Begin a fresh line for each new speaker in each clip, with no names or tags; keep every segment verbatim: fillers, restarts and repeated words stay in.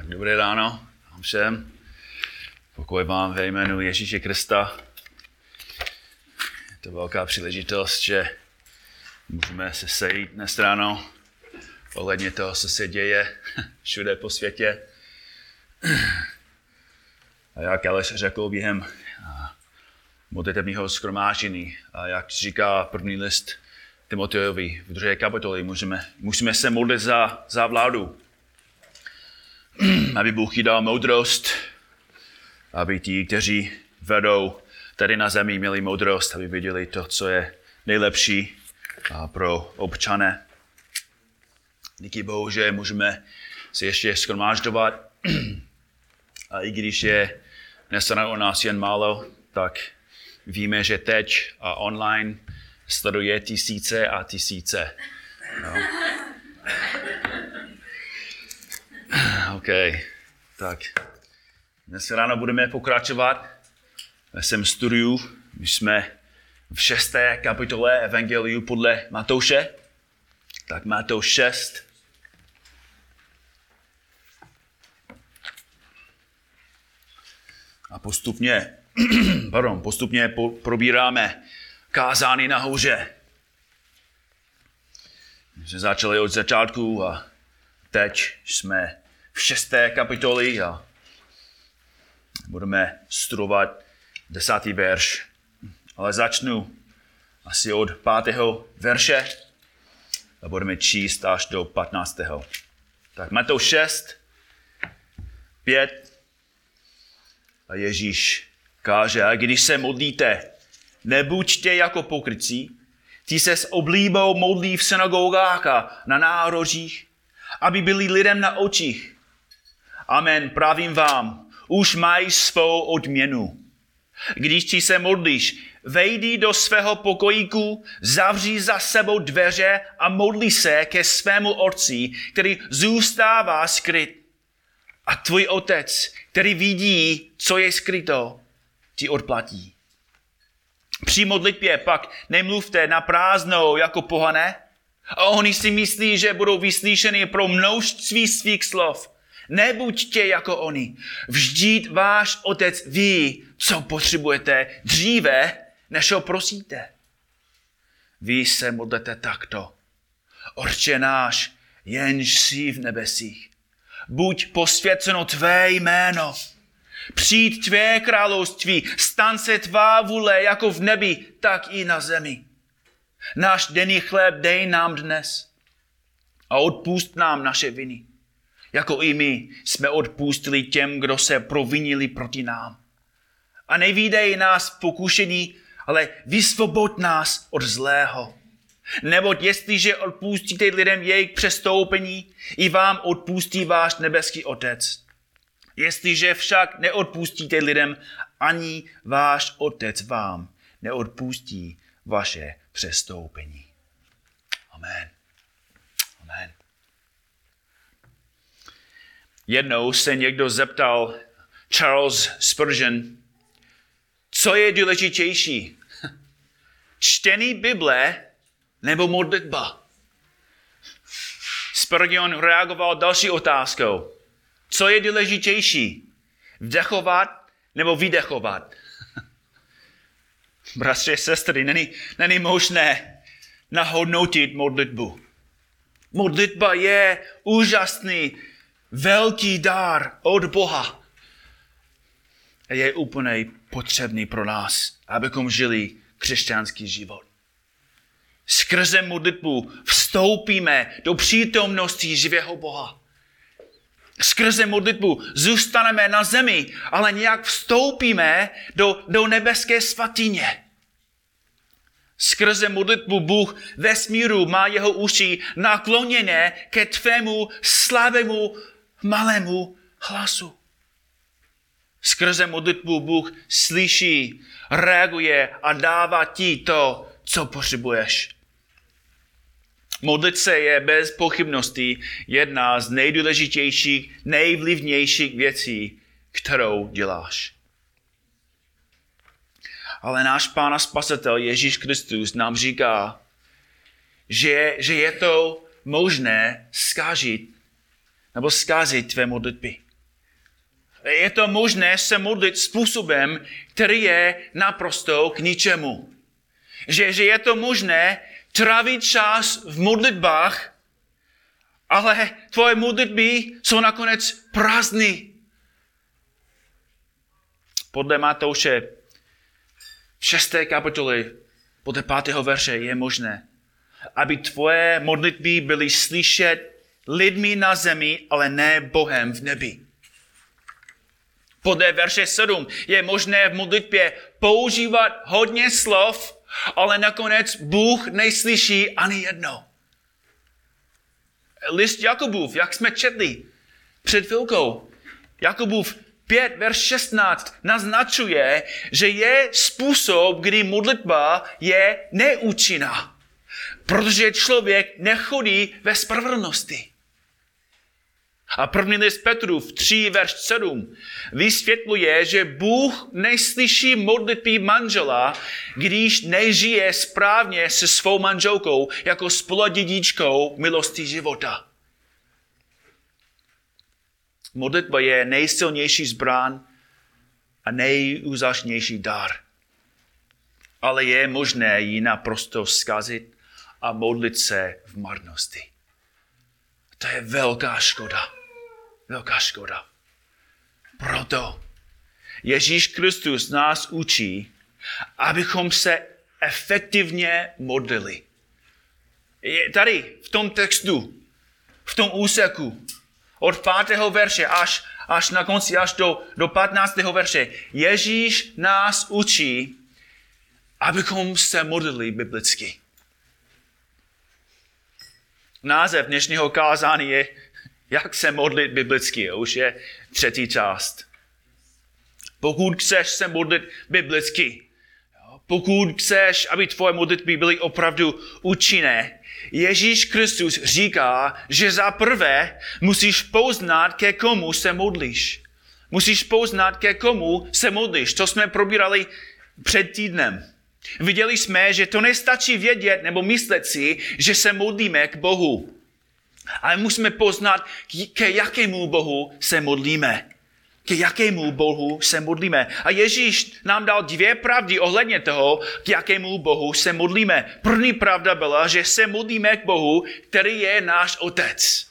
Dobré ráno vám všem. Pokoj vám ve jménu Ježíše Krista. Je to velká příležitost, že můžeme se sejít dnes ráno ohledně toho, co se děje všude po světě. A jak Aleš řekl během modlitebního shromáždění, a jak říká první list Timotejovi v druhé kapitole, můžeme, musíme se modlit za, za vládu. Aby Bůh jí dal moudrost, aby ti, kteří vedou tady na zemi, měli moudrost, aby viděli to, co je nejlepší pro občany. Díky Bohu, že můžeme se ještě shromážďovat. A i když je dnes u nás jen málo, tak víme, že teď a online sleduje tisíce a tisíce. No. OK, tak dnes ráno budeme pokračovat ve svém studiu. My jsme v šesté kapitole Evangeliu podle Matouše. Tak Matouš šest. A postupně, pardon, postupně po, probíráme kázání nahoře. My jsme začali od začátku a teď jsme v šesté kapitoli a budeme studovat desátý verš. Ale začnu asi od pátého verše a budeme číst až do patnáctého. Tak Matouš šest, pět a Ježíš káže, a když se modlíte, nebuďte jako pokrytci, ti se s oblíbou modlí v synagogách a na nárožích, aby byli lidem na očích. Amen, pravím vám, už mají svou odměnu. Když ti se modlíš, vejdi do svého pokojíku, zavři za sebou dveře a modli se ke svému otci, který zůstává skryt. A tvůj otec, který vidí, co je skryto, ti odplatí. Při modlitbě pak nemluvte na prázdnou jako pohané, a oni si myslí, že budou vyslyšeni pro množství svých slov. Nebuďte jako oni. Vždyť váš otec ví, co potřebujete dříve, než ho prosíte. Vy se modlete takto. Otče náš, jenž jsi v nebesích. Buď posvěceno tvé jméno. Přijď tvé království, stan se tvá vůle jako v nebi, tak i na zemi. Náš denní chléb dej nám dnes a odpusť nám naše viny, jako i my jsme odpustili těm, kdo se provinili proti nám. A nevídej nás v pokušení, ale vysvoboď nás od zlého. Neboť jestliže odpustíte lidem jejich přestoupení, i vám odpustí váš nebeský Otec. Jestliže však neodpustíte lidem, ani váš Otec vám neodpustí vaše přestoupení. Amen. Amen. Jednou se někdo zeptal Charles Spurgeon, co je důležitější? Čtení Bible nebo modlitba? Spurgeon reagoval další otázkou. Co je důležitější? Vdechovat nebo vydechovat? Bratři, sestry, není, není možné nahodnotit modlitbu. Modlitba je úžasný, velký dar od Boha. A je úplně potřebný pro nás, abychom žili křesťanský život. Skrze modlitbu vstoupíme do přítomnosti živého Boha. Skrze modlitbu zůstaneme na zemi, ale nějak vstoupíme do, do nebeské svatyně. Skrze modlitbu Bůh ve smíru má jeho uši nakloněné ke tvému slabému malému hlasu. Skrze modlitbu Bůh slyší, reaguje a dává ti to, co potřebuješ. Modlit se je bez pochybností jedna z nejdůležitějších, nejvlivnějších věcí, kterou děláš. Ale náš Pán a Spasitel Ježíš Kristus nám říká, že, že je to možné zkazit nebo zkazit tvé modlitby. Je to možné se modlit způsobem, který je naprosto k ničemu. Že, že je to možné trávit čas v modlitbách, ale tvoje modlitby jsou nakonec prázdný. Podle Matouše v šesté kapitole podle pátého verše je možné, aby tvoje modlitby byly slyšet lidmi na zemi, ale ne Bohem v nebi. Podle verše sedm je možné v modlitbě používat hodně slov, ale nakonec Bůh neslyší ani jedno. List Jakubův, jak jsme četli před chvilkou, Jakubův pět, verš šestnáct naznačuje, že je způsob, kdy modlitba je neúčinná, protože člověk nechodí ve spravedlnosti. A první list Petrův tři, verš sedm vysvětluje, že Bůh neslyší modlitby manžela, když nežije správně se svou manželkou jako spoludědičkou milosti života. Modlitba je nejsilnější zbraň a nejúžasnější dar. Ale je možné ji naprosto zkazit a modlit se v marnosti. To je velká škoda. Velká škoda. Proto Ježíš Kristus nás učí, abychom se efektivně modlili. Je tady v tom textu, v tom úseku, od pátého verše až, až na konci, až do, do patnáctého verše, Ježíš nás učí, abychom se modlili biblicky. Název dnešního kázání je, jak se modlit biblicky. Už je třetí část. Pokud chceš se modlit biblicky, pokud chceš, aby tvoje modlitby byly opravdu účinné, Ježíš Kristus říká, že za prvé musíš poznat, ke komu se modlíš. Musíš poznat, ke komu se modlíš. To jsme probírali před týdnem. Viděli jsme, že to nestačí vědět nebo myslet si, že se modlíme k Bohu. Ale musíme poznat, ke jakému Bohu se modlíme. K jakému Bohu se modlíme. A Ježíš nám dal dvě pravdy ohledně toho, k jakému Bohu se modlíme. První pravda byla, že se modlíme k Bohu, který je náš Otec.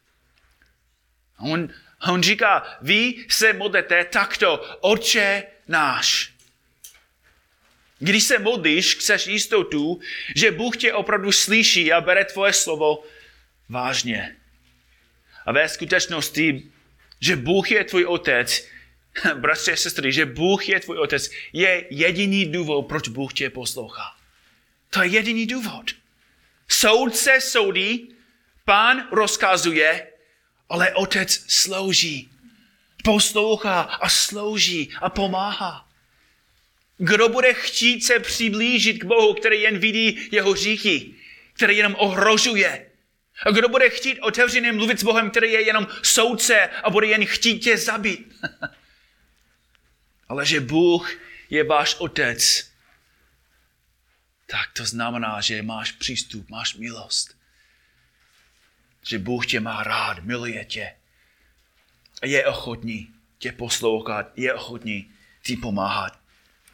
On, on říká, vy se modlete takto, Otče náš. Když se modlíš, chceš jistotu, že Bůh tě opravdu slyší a bere tvoje slovo vážně. A ve skutečnosti, že Bůh je tvůj Otec, bratři a sestry, že Bůh je tvůj Otec, je jediný důvod, proč Bůh tě poslouchá. To je jediný důvod. Soudce soudí, Pán rozkazuje, ale Otec slouží. Poslouchá a slouží a pomáhá. Kdo bude chtít se přiblížit k Bohu, který jen vidí jeho hříchy, který jenom ohrožuje? A kdo bude chtít otevřeně mluvit s Bohem, který je jenom soudce a bude jen chtít tě zabít? Ale že Bůh je váš Otec, tak to znamená, že máš přístup, máš milost. Že Bůh tě má rád, miluje tě. A je ochotný tě poslouchat, je ochotný ti pomáhat.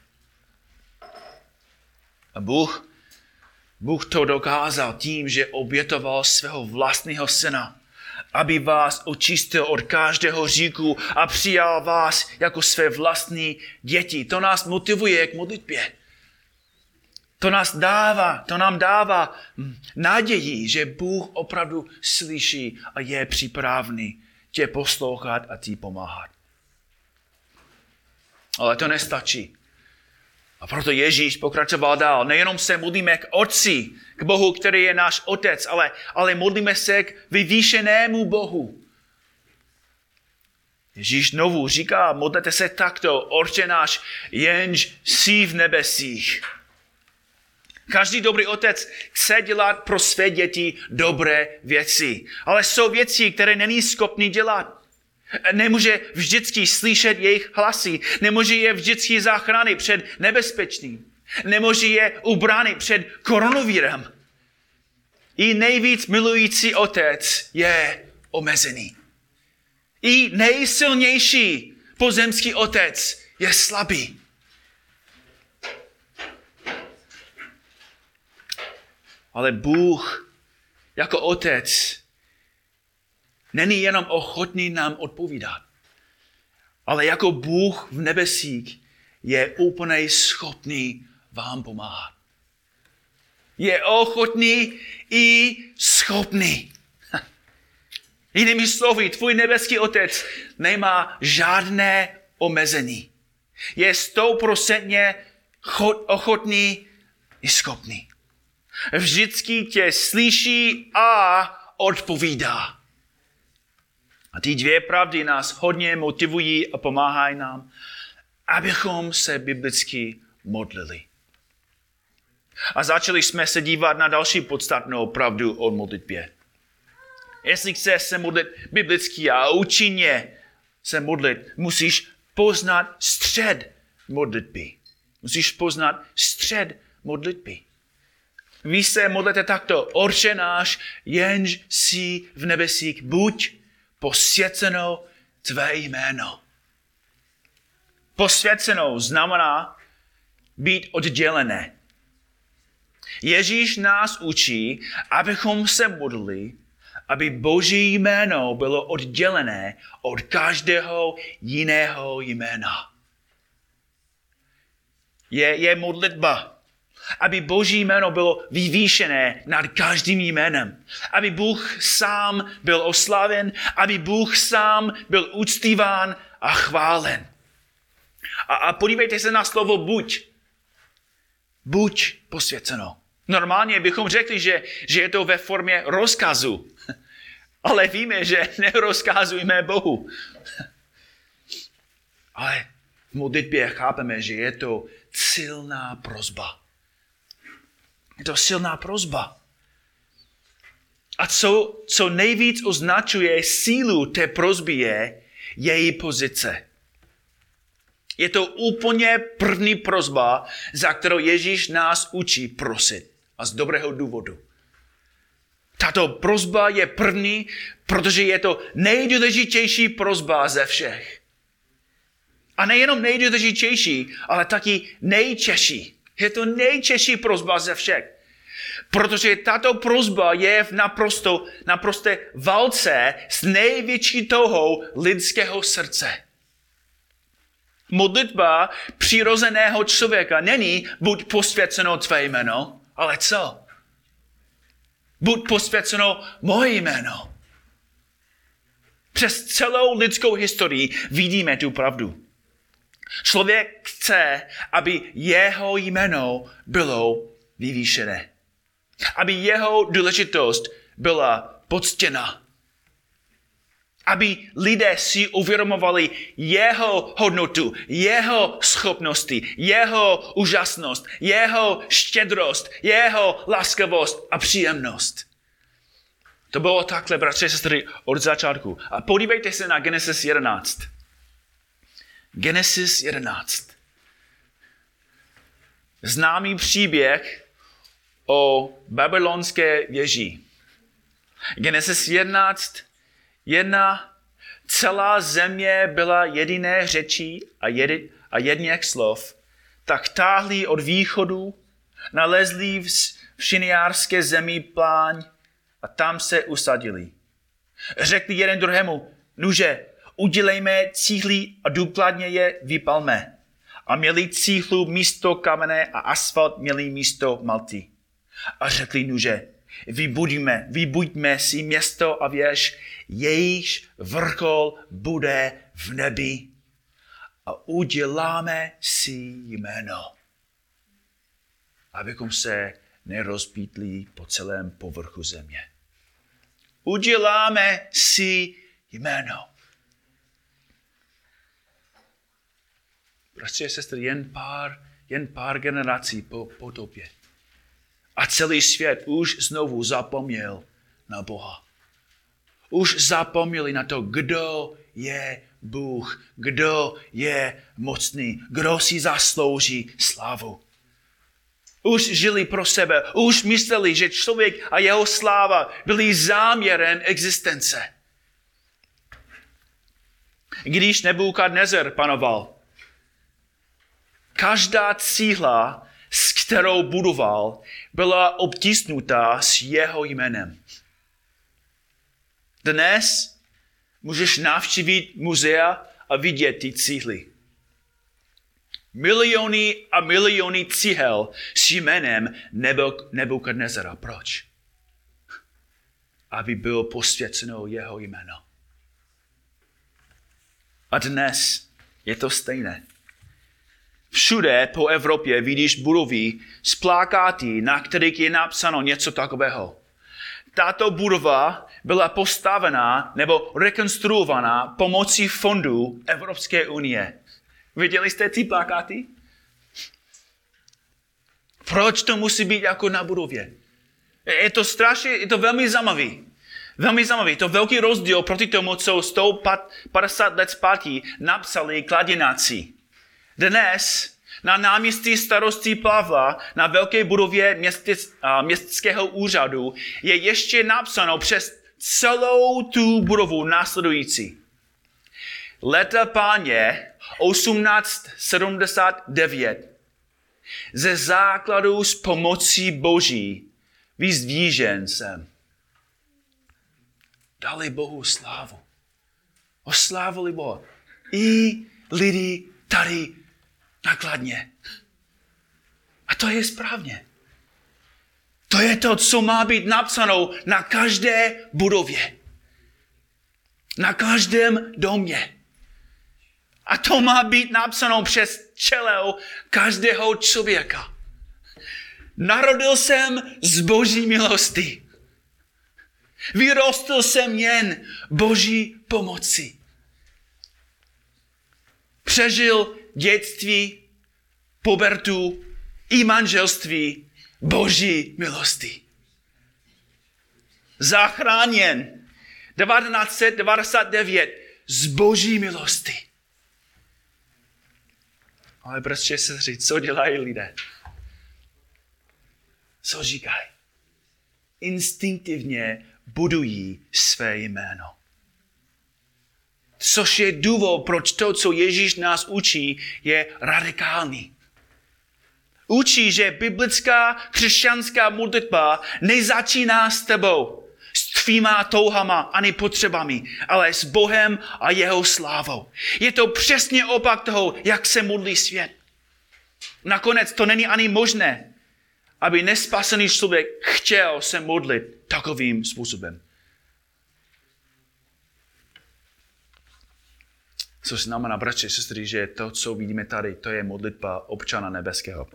A Bůh, Bůh to dokázal tím, že obětoval svého vlastního syna, aby vás očistil od každého hříchu a přijal vás jako své vlastní děti. To nás motivuje k modlitbě. To nás dává, to nám dává naději, že Bůh opravdu slyší a je připravený tě poslouchat a ti pomáhat. Ale to nestačí. A proto Ježíš pokračoval dál. Nejenom se modlíme k Otci, k Bohu, který je náš Otec, ale, ale modlíme se k vyvýšenému Bohu. Ježíš znovu říká, modlete se takto, Otče náš, jenž jsi v nebesích. Každý dobrý otec chce dělat pro své děti dobré věci. Ale jsou věci, které není schopný dělat. Nemůže vždycky slyšet jejich hlasy. Nemůže je vždycky zachránit před nebezpečným. Nemůže je ubránit před koronavírem. I nejvíc milující otec je omezený. I nejsilnější pozemský otec je slabý. Ale Bůh jako otec není jenom ochotný nám odpovídat, ale jako Bůh v nebesích je úplně schopný vám pomáhat. Je ochotný i schopný. Jinými slovy, tvůj nebeský otec nemá žádné omezení. Je stoprocentně ochotný i schopný. Vždycky tě slyší a odpovídá. A ty dvě pravdy nás hodně motivují a pomáhají nám, abychom se biblicky modlili. A začali jsme se dívat na další podstatnou pravdu o modlitbě. Jestli chceš se modlit biblicky a účinně se modlit, musíš poznat střed modlitby. Musíš poznat střed modlitby. Vy se modlete takto: Otče náš, jenž jsi v nebesích, buď posvěceno tvé jméno. Posvěceno znamená být oddělené. Ježíš nás učí, abychom se modlili, aby Boží jméno bylo oddělené od každého jiného jména. Je, je modlitba, aby Boží jméno bylo vyvýšené nad každým jménem. Aby Bůh sám byl oslaven, aby Bůh sám byl uctíván a chválen. A, a podívejte se na slovo buď. Buď posvěceno. Normálně bychom řekli, že, že je to ve formě rozkazu. Ale víme, že nerozkazujeme Bohu. Ale v modlitbě chápeme, že je to silná prosba. Je to silná prosba. A co, co nejvíc označuje sílu té prosby je její pozice. Je to úplně první prosba, za kterou Ježíš nás učí prosit. A z dobrého důvodu. Tato prosba je první, protože je to nejdůležitější prosba ze všech. A nejenom nejdůležitější, ale taky nejčešší. Je to nejčešší prosba ze všech. Protože tato prosba je v naprosto, naprosté válce s největší touhou lidského srdce. Modlitba přirozeného člověka není buď posvěceno tvé jméno, ale co? Buď posvěceno moje jméno. Přes celou lidskou historii vidíme tu pravdu. Člověk chce, aby jeho jméno bylo vyvýšené. Aby jeho důležitost byla poctěna. Aby lidé si uvědomovali jeho hodnotu, jeho schopnosti, jeho úžasnost, jeho štědrost, jeho laskavost a příjemnost. To bylo takhle, bratři a sestry, od začátku. A podívejte se na Genesis jedenáct. Genesis jedenáct. Známý příběh o babylonské věži. Genesis jedenáct, jedna. Celá země byla jediné řečí a, jedi, a jedněch slov. Tak táhli od východu, nalezli v, v šiniárské zemi pláň a tam se usadili. Řekli jeden druhému: nuže, udělejme cíhly a důkladně je vypalme. A měli cíhlu místo kamene a asfalt měli místo malty. A řekli: nuže, vybudíme, vybuďme si město a věž, jejíž vrchol bude v nebi a uděláme si jméno, abychom se nerozpítli po celém povrchu země. Uděláme si jméno. Bratři a sestry, jen pár, jen pár generací po potopě. A celý svět už znovu zapomněl na Boha. Už zapomněli na to, kdo je Bůh, kdo je mocný, kdo si zaslouží slávu. Už žili pro sebe, už mysleli, že člověk a jeho sláva byli záměrem existence. když Nebukadnezar panoval. Každá cíhla, s kterou budoval, byla obtisknutá s jeho jménem. Dnes můžeš navštívit muzea a vidět ty cíhly. Miliony a miliony cíhel s jménem Nebukadnezara. Proč? Aby bylo posvěceno jeho jméno. A dnes je to stejné. Všude po Evropě vidíš budovy s plakáty, na kterých je napsáno něco takového. Tato budova byla postavená nebo rekonstruovaná pomocí fondů Evropské unie. Viděli jste ty plakáty? Proč to musí být jako na budově? Je to strašně, je to velmi zajímavý. Velmi zajímavý. To velký rozdíl proti tomu, co sto padesát let zpátky napsali kladěnáci. Dnes na náměstí starosty Pavla na velké budově městic, a, městského úřadu je ještě napsáno přes celou tu budovu následující. Leta Páně osmnáct sedmdesát devět. Ze základu s pomocí Boží vyzdvížen jsem. Dali Bohu slávu. Oslávili Boha. I lidi tady nakladně. A to je správně. To je to, co má být napsáno na každé budově. Na každém domě. A to má být napsáno přes čelo každého člověka. Narodil jsem z Boží milosti. Vyrostl jsem jen Boží pomoci. Přežil dětství, pubertu i manželství Boží milosti. Zachráněn devatenáct set devadesát devět z Boží milosti. Ale bratři, sestry, co dělají lidé? Co říkají? Instinktivně budují své jméno. Což je důvod, proč to, co Ježíš nás učí, je radikální. Učí, že biblická křesťanská modlitba nezačíná s tebou, s tvýma touhama ani potřebami, ale s Bohem a jeho slávou. Je to přesně opak toho, jak se modlí svět. Nakonec to není ani možné, aby nespasený člověk chtěl se modlit takovým způsobem. Což znamená, bratři, sestry, že to, co vidíme tady, to je modlitba občana nebeského.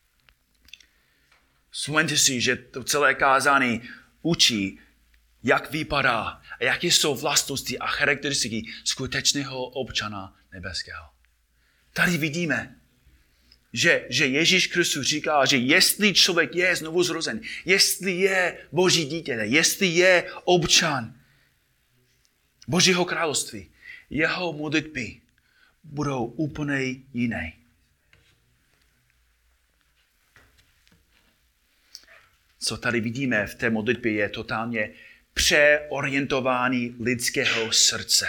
Vzpomeňte si, že to celé kázání učí, jak vypadá a jaké jsou vlastnosti a charakteristiky skutečného občana nebeského. Tady vidíme, že, že Ježíš Kristus říká, že jestli člověk je znovu zrozen, jestli je Boží dítě, jestli je občan Božího království, jeho modlitby budou úplně jiné. Co tady vidíme v té modlitbě je totálně přeorientování lidského srdce.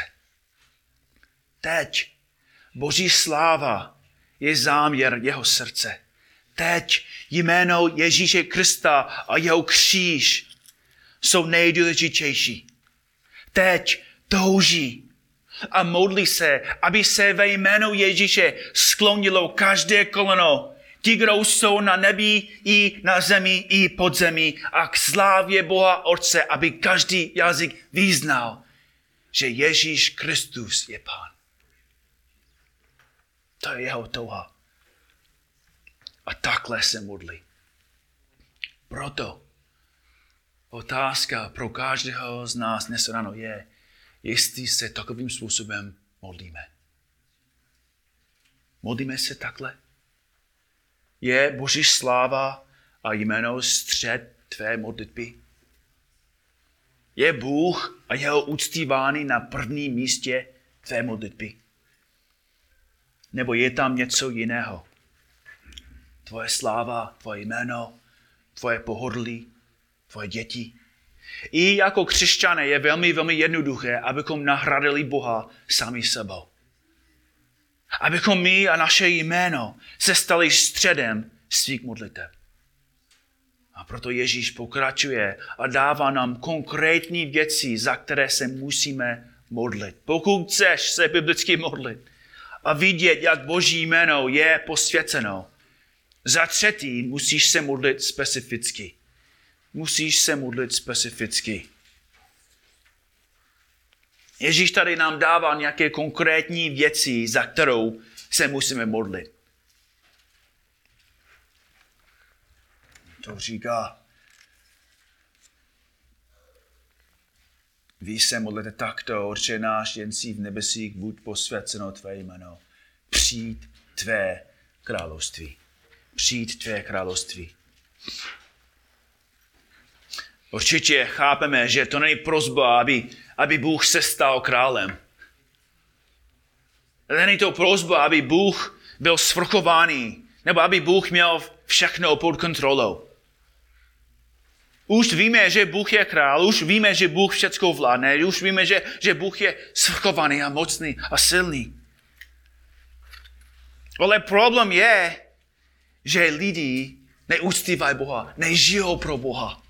Teď Boží sláva je záměr jeho srdce. Teď jméno Ježíše Krista a jeho kříž jsou nejdůležitější. Teď touží a modlí se, aby se ve jménu Ježíše sklonilo každé koleno. Ti, kdo jsou na nebi i na zemi i pod zemi a k slávě Boha Otce, aby každý jazyk vyznal, že Ježíš Kristus je Pán. To je jeho touha. A takhle se modlí. Proto otázka pro každého z nás dnes ráno je, jestli se takovým způsobem modlíme. Modlíme se takhle? Je Boží sláva a jméno střed tvé modlitby? Je Bůh a jeho uctívání na prvním místě tvé modlitby? Nebo je tam něco jiného? Tvoje sláva, tvoje jméno, tvoje pohodlí, tvoje děti. I jako křesťané je velmi, velmi jednoduché, abychom nahradili Boha sami sebou. Abychom my a naše jméno se stali středem svých modliteb. A proto Ježíš pokračuje a dává nám konkrétní věci, za které se musíme modlit. Pokud chceš se biblicky modlit a vidět, jak Boží jméno je posvěceno, za třetí musíš se modlit specificky. Musíš se modlit specificky. Ježíš tady nám dává nějaké konkrétní věci, za kterou se musíme modlit. To říká, vy se modlete takto, Otče náš, jen jsi v nebesích, buď posvěceno tvé jméno. Přijď tvé království. Přijď tvé království. Určitě chápeme, že to není prosba, aby, aby Bůh se stal králem. Není to prosba, aby Bůh byl svrchovaný, nebo aby Bůh měl všechno pod kontrolou. Už víme, že Bůh je král, už víme, že Bůh všechno vládne, už víme, že, že Bůh je svrchovaný a mocný a silný. Ale problém je, že lidi neúctívají Boha, nežijou pro Boha.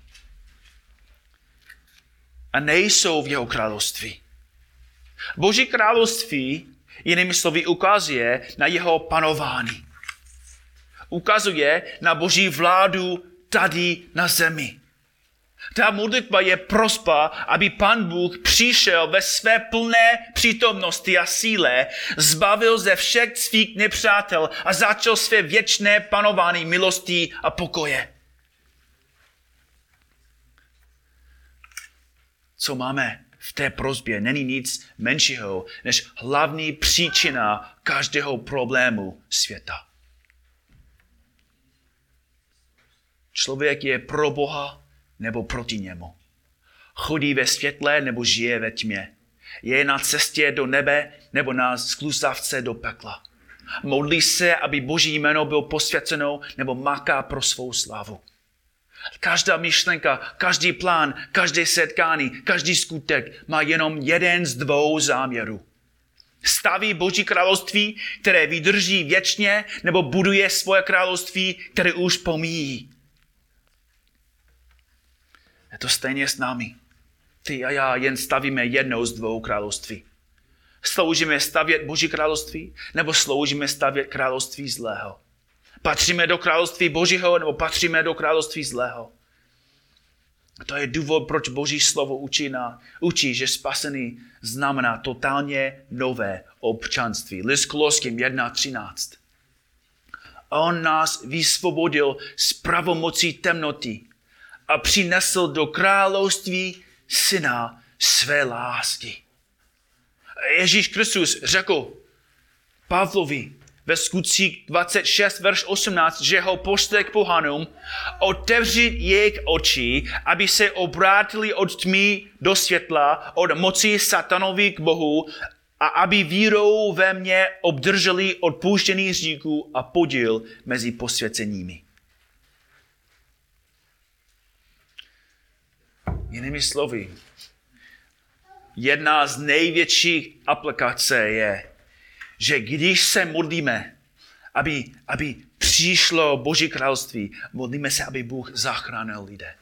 A nejsou v jeho království. Boží království, jinými slovy, ukazuje na jeho panování. Ukazuje na Boží vládu tady na zemi. Ta modlitba je prosba, aby Pan Bůh přišel ve své plné přítomnosti a síle, zbavil ze všech svých nepřátel a začal své věčné panování milostí a pokoje. Co máme v té prosbě, není nic menšího než hlavní příčina každého problému světa. Člověk je pro Boha nebo proti němu. Chodí ve světle nebo žije ve tmě. Je na cestě do nebe nebo na skluzavce do pekla. Modlí se, aby Boží jméno bylo posvěceno nebo maká pro svou slávu. Každá myšlenka, každý plán, každé setkání, každý skutek má jenom jeden z dvou záměrů. Staví Boží království, které vydrží věčně, nebo buduje svoje království, které už pomíjí. Je to stejně s námi. Ty a já jen stavíme jednou z dvou království. Sloužíme stavět Boží království, nebo sloužíme stavět království zlého. Patříme do království Božího, nebo patříme do království zlého. A to je důvod, proč Boží slovo učí, na, učí, že spasený znamená totálně nové občanství. List Koloským jedna třináct. On nás vysvobodil z pravomocí temnoty a přinesl do království syna své lásky. Ježíš Kristus řekl Pavlovi ve Skutcích dvacet šest, verš osmnáct, že ho pošle k pohanům, otevřít jejich oči, aby se obrátili od tmy do světla, od moci satanovi k Bohu a aby vírou ve mně obdrželi odpuštění hříchů a podíl mezi posvěceními. Jinými slovy, jedna z největších aplikací je, že když se modlíme, aby, aby přišlo Boží království, modlíme se, aby Bůh zachránil lidé.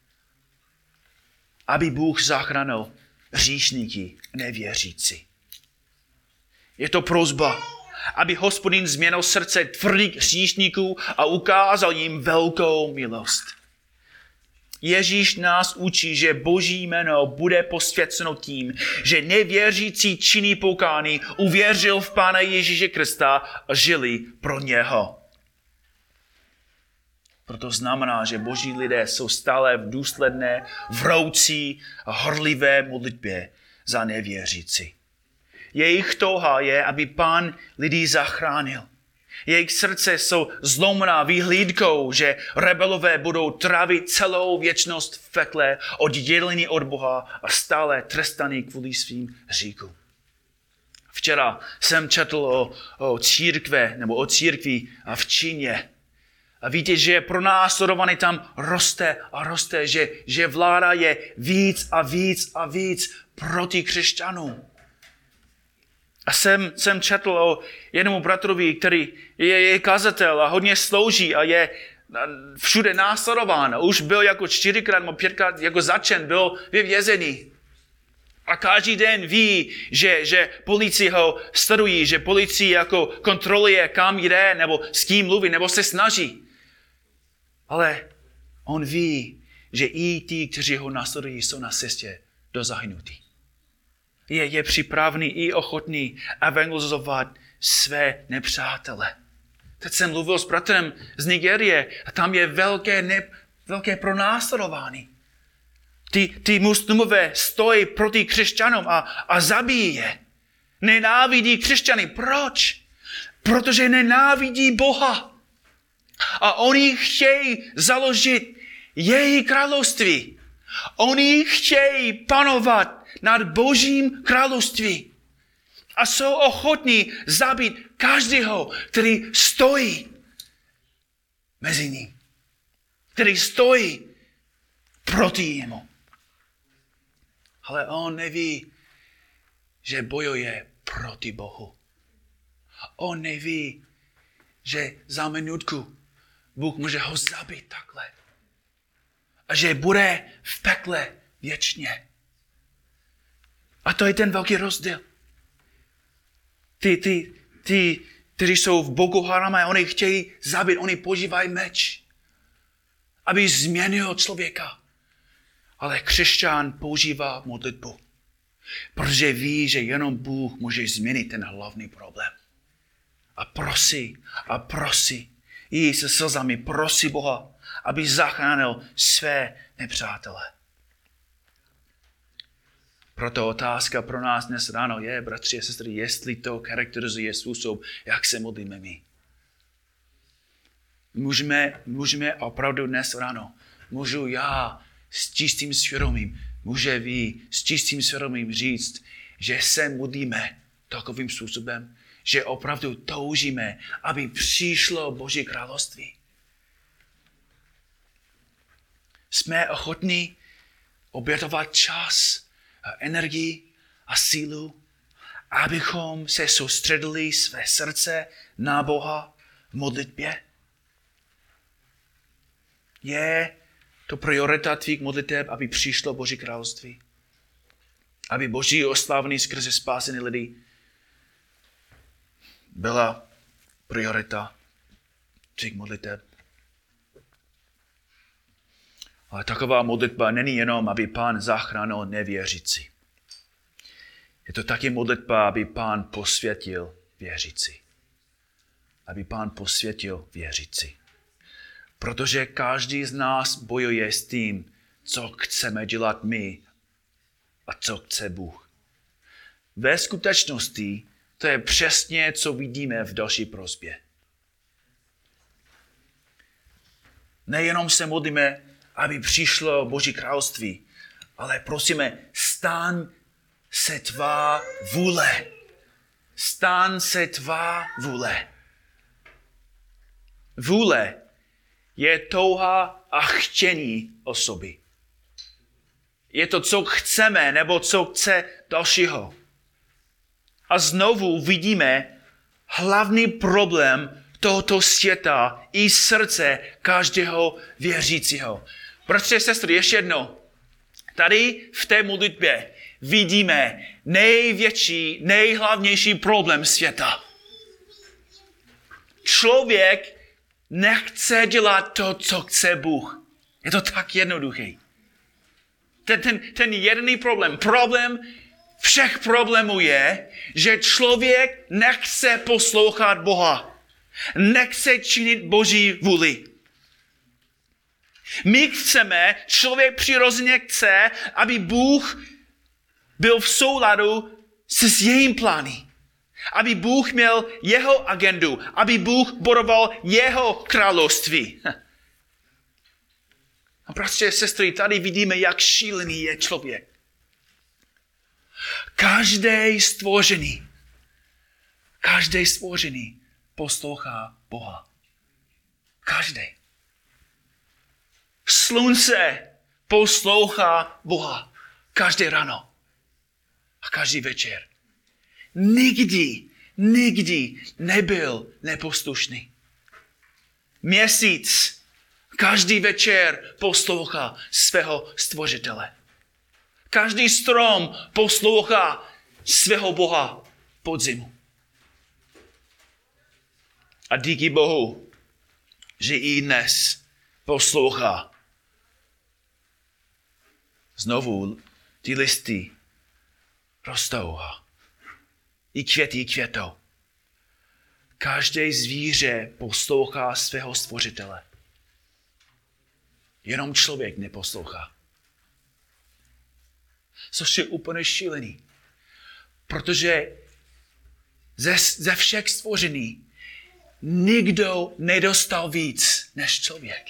Aby Bůh zachránil hříšníky, nevěřící. Je to prosba, aby Hospodin změnil srdce tvrdých hříšníků a ukázal jim velkou milost. Ježíš nás učí, že Boží jméno bude posvěceno tím, že nevěřící činí pokání uvěřil v Pána Ježíše Krista a žili pro něho. Proto znamená, že Boží lidé jsou stále v důsledné, vroucí a horlivé modlitbě za nevěřící. Jejich touha je, aby Pán lidi zachránil. Jejich srdce jsou zlomená výhlídkou, že rebelové budou trávit celou věčnost v pekle, oddělení od Boha a stále trestaný kvůli svým hříchům. Včera jsem četl o, o církve, nebo o církvi v Číně. A víte, že pronásledovaný tam roste a roste, že, že vláda je víc a víc a víc proti křesťanům. A jsem, jsem četl o jednomu bratrovi, který je, je kazatel a hodně slouží a je všude následován. A už byl jako čtyřikrát nebo pětkrát jako začen, byl vězení. A každý den ví, že, že policie ho sledují, že policie jako kontroluje, kam jde, nebo s kým mluví, nebo se snaží. Ale on ví, že i ti, kteří ho následují, jsou na cestě do zahynutí. Je, je připravený i ochotný evangelizovat své nepřátele. Teď jsem mluvil s bratrem z Nigérie a tam je velké, ne, velké pronásledování. Ty, ty muslimové stojí proti křesťanům a, a zabijí je. Nenávidí křesťany. Proč? Protože nenávidí Boha. A oni chtějí založit její království. Oni chtějí panovat nad Božím království. A jsou ochotní zabít každého, který stojí mezi ní. Který stojí proti němu. Ale on neví, že bojuje proti Bohu. On neví, že za minutku Bůh může ho zabít takhle. A že bude v pekle věčně. A to je ten velký rozdíl. Ty, ty, ty, kteří jsou v Boko Haram a oni chtějí zabít, oni používají meč, aby změnil člověka. Ale křesťan používá modlitbu, protože ví, že jenom Bůh může změnit ten hlavní problém. A prosí, a prosí, i se slzami prosí Boha, aby zachránil své nepřátele. Proto otázka pro nás dnes ráno je, bratři a sestry, jestli to charakterizuje způsob, jak se modlíme my. Můžeme, můžeme opravdu dnes ráno, můžu já s čistým svědomím, může vy s čistým svědomím říct, že se modlíme takovým způsobem, že opravdu toužíme, aby přišlo Boží království. Jsme ochotní obětovat čas, energii a sílu, abychom se soustředili své srdce na Boha v modlitbě. Je to priorita tvých modliteb, aby přišlo Boží království. Aby Boží oslavení skrze spásený lidi byla priorita tvých modliteb. Ale taková modlitba není jenom, aby Pán zachránil nevěřící. Je to taky modlitba, aby Pán posvětil věřící. Aby Pán posvětil věřící. Protože každý z nás bojuje s tím, co chceme dělat my a co chce Bůh. Ve skutečnosti to je přesně, co vidíme v další prosbě. Nejenom se modlíme, aby přišlo Boží království, ale prosíme, staň se tvá vůle. Staň se tvá vůle. Vůle je touha a chtění osoby. Je to, co chceme, nebo co chce dalšího. A znovu vidíme hlavní problém tohoto světa i srdce každého věřícího. Bratři a sestry, ještě jednou. Tady v té modlitbě vidíme největší, nejhlavnější problém světa. Člověk nechce dělat to, co chce Bůh. Je to tak jednoduchý. Ten, ten, ten jediný problém, problém všech problémů je, že člověk nechce poslouchat Boha. Nechce činit Boží vůli. My chceme, člověk přirozeně chce, aby Bůh byl v souladu se s jejím plány. Aby Bůh měl jeho agendu. Aby Bůh budoval jeho království. A prostě, sestry, tady vidíme, jak šílený je člověk. Každý stvořený, každý stvořený poslouchá Boha. Každý. Slunce poslouchá Boha každé ráno a každý večer. Nikdy, nikdy nebyl neposlušný. Měsíc každý večer poslouchá svého stvořitele. Každý strom poslouchá svého Boha podzimu. A díky Bohu, že i dnes poslouchá. Znovu ty listy rostou. I květy květou. Každé zvíře poslouchá svého stvořitele. Jenom člověk neposlouchá. Což je úplně šílený. Protože ze, ze všech stvoření nikdo nedostal víc než člověk.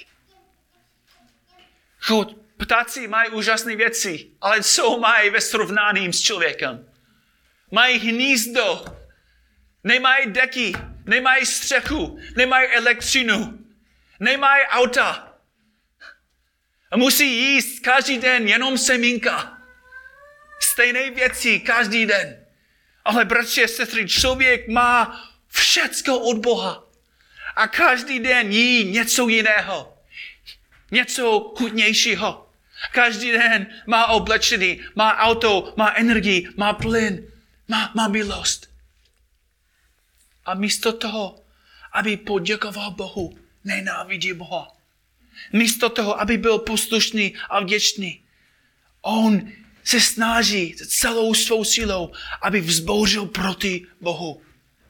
Chod, ptáci mají úžasné věci, ale co mají ve srovnání s člověkem? Mají hnízdo, nemají deky, nemají střechu, nemají elektřinu, nemají auta. A musí jíst každý den jenom semínka. Stejné věci každý den. Ale bratři a sestry, člověk má všecko od Boha. A každý den jí něco jiného. Něco chutnějšího. Každý den má oblečení, má auto, má energii, má plyn, má, má milost. A místo toho, aby poděkoval Bohu, nenávidí Boha. Místo toho, aby byl poslušný a vděčný, on se snaží celou svou silou, aby vzbouřil proti Bohu.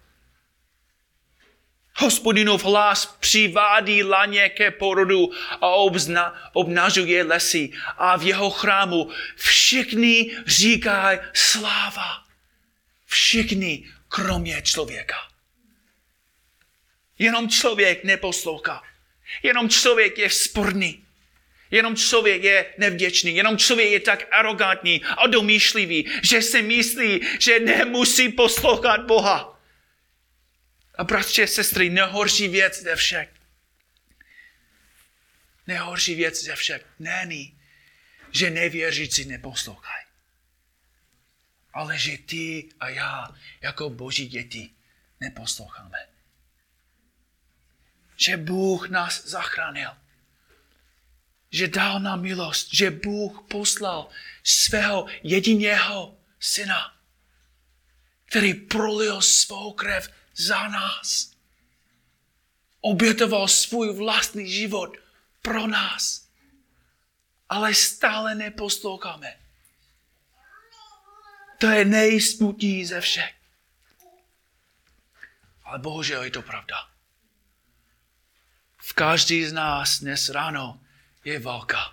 Hospodinův hlas přivádí laně ke porodu a obzna, obnažuje lesy a v jeho chrámu všichni říkají sláva. Všichni, kromě člověka. Jenom člověk neposlouchá. Jenom člověk je sporný. Jenom člověk je nevděčný. Jenom člověk je tak arrogantní a domýšlivý, že si myslí, že nemusí poslouchat Boha. A bratři a sestry, nejhorší věc ze všech. Nejhorší věc ze všech není, že nevěřící neposlouchají. Ale že ty a já, jako Boží děti, neposloucháme. Že Bůh nás zachránil. Že dal nám milost. Že Bůh poslal svého jediného syna, který prolil svou krev za nás. Obětoval svůj vlastní život pro nás. Ale stále neposloucháme. To je nejsmutnější ze všech. Ale bohužel je to pravda. V každý z nás dnes ráno je válka.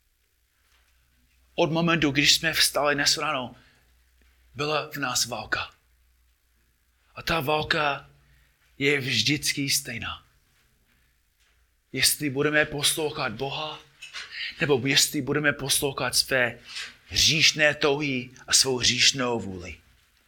Od momentu, když jsme vstali dnes ráno, byla v nás válka. A ta válka je vždycky stejná. Jestli budeme poslouchat Boha, nebo jestli budeme poslouchat své hříšné touhy a svou hříšnou vůli.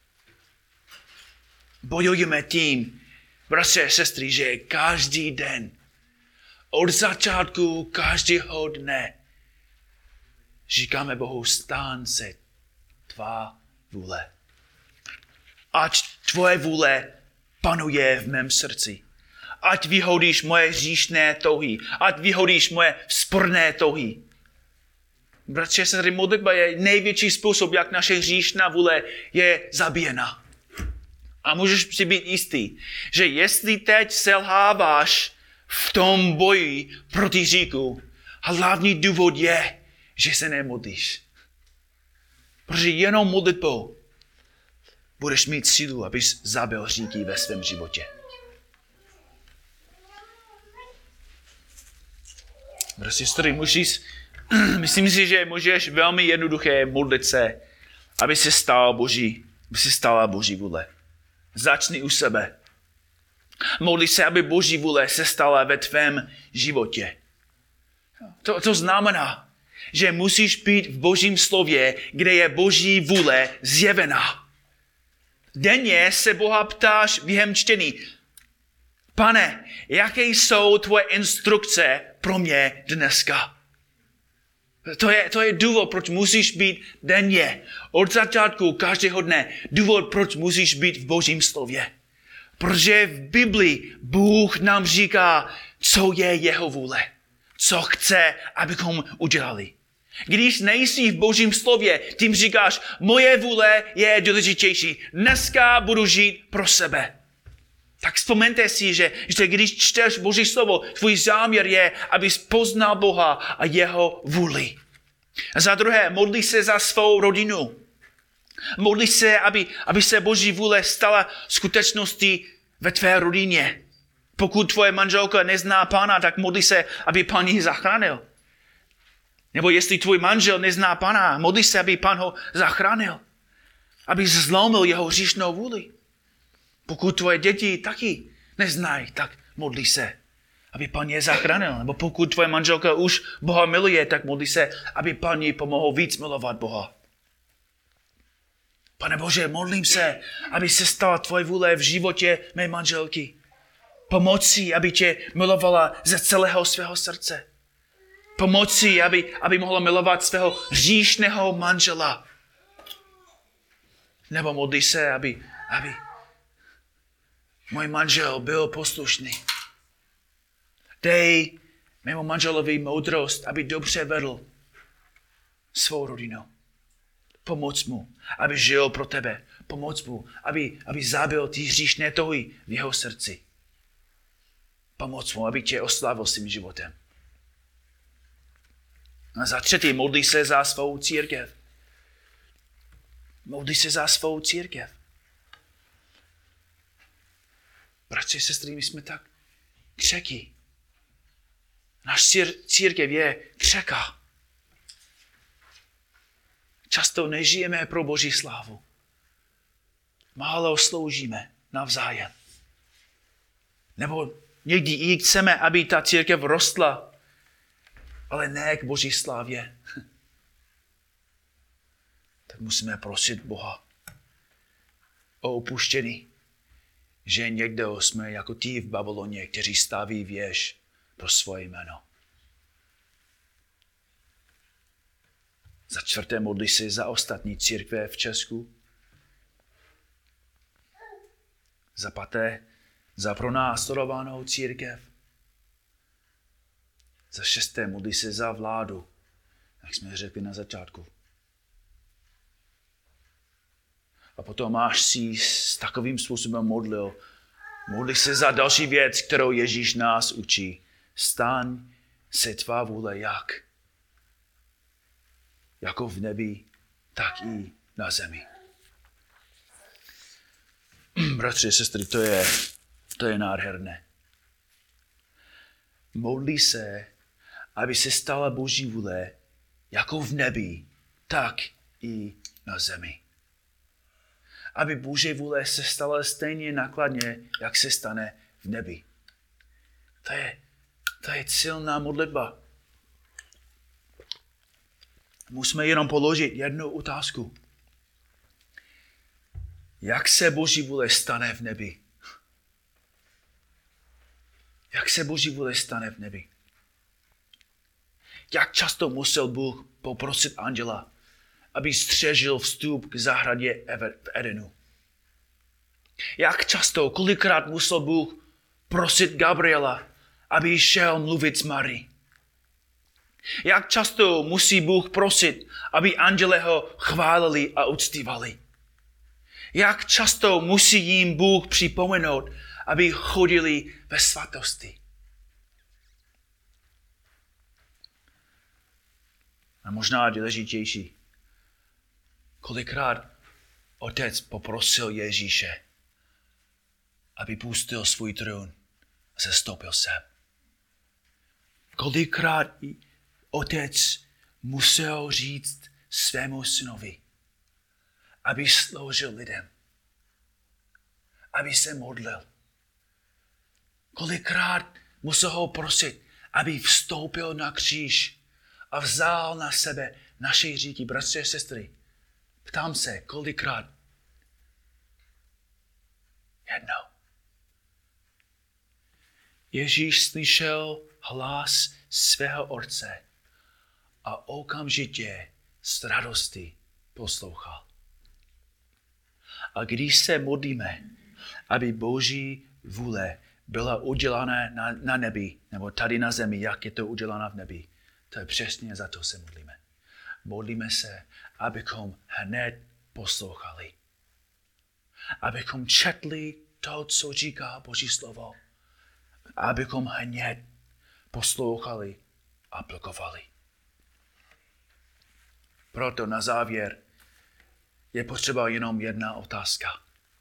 Bojujeme tím, bratři a sestry, že každý den, od začátku každého dne, říkáme Bohu, stán se tvá vůle. Ať tvoje vůle panuje v mém srdci. Ať vyhodíš moje hříšné touhy. Ať vyhodíš moje sporné touhy. Bratři a sestry, modlitba je největší způsob, jak naše hříšná vůle je zabíjena. A můžeš si být jistý, že jestli teď selháváš v tom boji proti hříchu, hlavní důvod je, že se nemodlíš. Protože jenom modlitbou budeš mít sílu, abys zabil hříchy ve svém životě. Bratři a sestry, můžeš, myslím si, že můžeš velmi jednoduché modlit se, aby se stal Boží, aby se stala Boží vůle. Začni u sebe. Modli se, aby Boží vůle se stala ve tvém životě. To, to znamená, že musíš být v Božím slově, kde je Boží vůle zjevená. Denně se Boha ptáš během čtení. Pane, jaké jsou tvoje instrukce pro mě dneska? To je, to je důvod, proč musíš být denně, od začátku každého dne, důvod, proč musíš být v Božím slově. Protože v Biblii Bůh nám říká, co je jeho vůle, co chce, abychom udělali. Když nejsi v Božím slově, tím říkáš, moje vůle je důležitější, dneska budu žít pro sebe. Tak vzpomeňte si, že, že když čteš Boží slovo, tvůj záměr je, abys poznal Boha a jeho vůli. A za druhé, modli se za svou rodinu. Modli se, aby, aby se Boží vůle stala skutečností ve tvé rodině. Pokud tvoje manželka nezná Pána, tak modli se, aby Pán ji zachránil. Nebo jestli tvůj manžel nezná Pána, modli se, aby Pán ho zachránil. Aby zlomil jeho hříšnou vůli. Pokud tvoje děti taky neznají, tak modli se, aby Pán je zachránil. Nebo pokud tvoje manželka už Boha miluje, tak modli se, aby Pán jí pomohl víc milovat Boha. Pane Bože, modlím se, aby se stala tvoje vůle v životě mé manželky. Pomoci, aby tě milovala ze celého svého srdce. Pomoci, aby, aby mohla milovat svého hříšného manžela. Nebo modli se, aby, aby můj manžel byl poslušný. Dej mému manželovi moudrost, aby dobře vedl svou rodinu. Pomoc mu, aby žil pro tebe. Pomoc mu, aby, aby zabil ty hříšné touhy v jeho srdci. Pomoc mu, aby tě oslavil svým životem. A za třetí, modli se za svou církev. Modli se za svou církev. Bratři, sestry, my jsme tak křehkí. Náš církev je křehká. Často nežijeme pro Boží slávu. Málo sloužíme navzájem. Nebo někdy i chceme, aby ta církev rostla, ale ne k Boží slávě. Tak musíme prosit Boha o opuštění, že někde jsme jako ti v Babyloně, kteří staví věž pro svoje jméno. Za čtvrté, modli se za ostatní církve v Česku. Za páté, za pronásledovanou církev. Za šesté, modli se za vládu, jak jsme řekli na začátku. A potom máš si s takovým způsobem modlil. Modli se za další věc, kterou Ježíš nás učí. Staň se tvá vůle jak? Jako v nebi, tak i na zemi. Bratři a sestry, to je, to je nádherné. Modli se, aby se stala Boží vůle jako v nebi, tak i na zemi. Aby Boží vůle se stala stejně nákladně, jak se stane v nebi. To je, to je silná modlitba. Musíme jenom položit jednu otázku. Jak se Boží vůle stane v nebi? Jak se Boží vůle stane v nebi? Jak často musel Bůh poprosit anděla, aby střežil vstup k zahradě v Edenu? Jak často, kolikrát musel Bůh prosit Gabriela, aby šel mluvit s Marí? Jak často musí Bůh prosit, aby anděle ho chválili a uctívali? Jak často musí jim Bůh připomenout, aby chodili ve svatosti? A možná důležitější, kolikrát otec poprosil Ježíše, aby pustil svůj trůn a sestoupil sem. Kolikrát otec musel říct svému synovi, aby sloužil lidem, aby se modlil. Kolikrát musel ho prosit, aby vstoupil na kříž a vzal na sebe naše hříchy. Bratři a sestry, ptám se, kolikrát? Jednou. Ježíš slyšel hlas svého otce a okamžitě s radostí poslouchal. A když se modlíme, aby Boží vůle byla udělána na, na nebi, nebo tady na zemi, jak je to udělána v nebi, to je přesně za to se modlíme. Modlíme se, abychom hned poslouchali. Abychom četli to, co říká Boží slovo. Abychom hned poslouchali a aplikovali. Proto na závěr je potřeba jenom jedna otázka.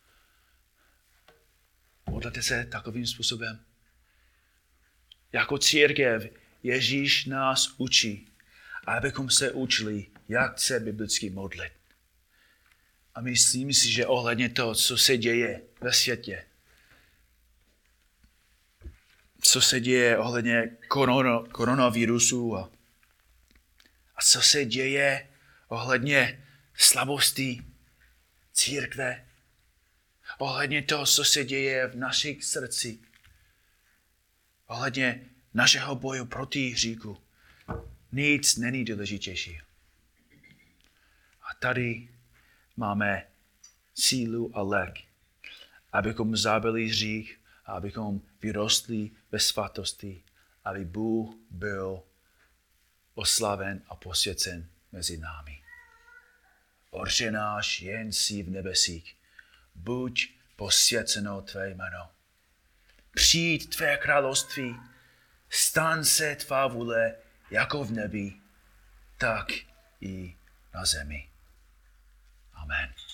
Modlete se takovým způsobem. Jako církev Ježíš nás učí, abychom se učili, jak se biblicky modlit. A myslím si, že ohledně toho, co se děje ve světě, co se děje ohledně korona, koronavirusu a, a co se děje ohledně slabosti církve, ohledně toho, co se děje v našich srdcích, ohledně našeho boje proti hříchu. Nic není důležitější. A tady máme sílu a lék, abychom zabili hřích, abychom vyrostli ve svatosti, aby Bůh byl oslaven a posvěcen mezi námi. Otče náš, jen jsi v nebesích, buď posvěceno tvé jméno. Přijď tvé království, stan se tvá vůle jako v nebi, tak i na zemi. Amen.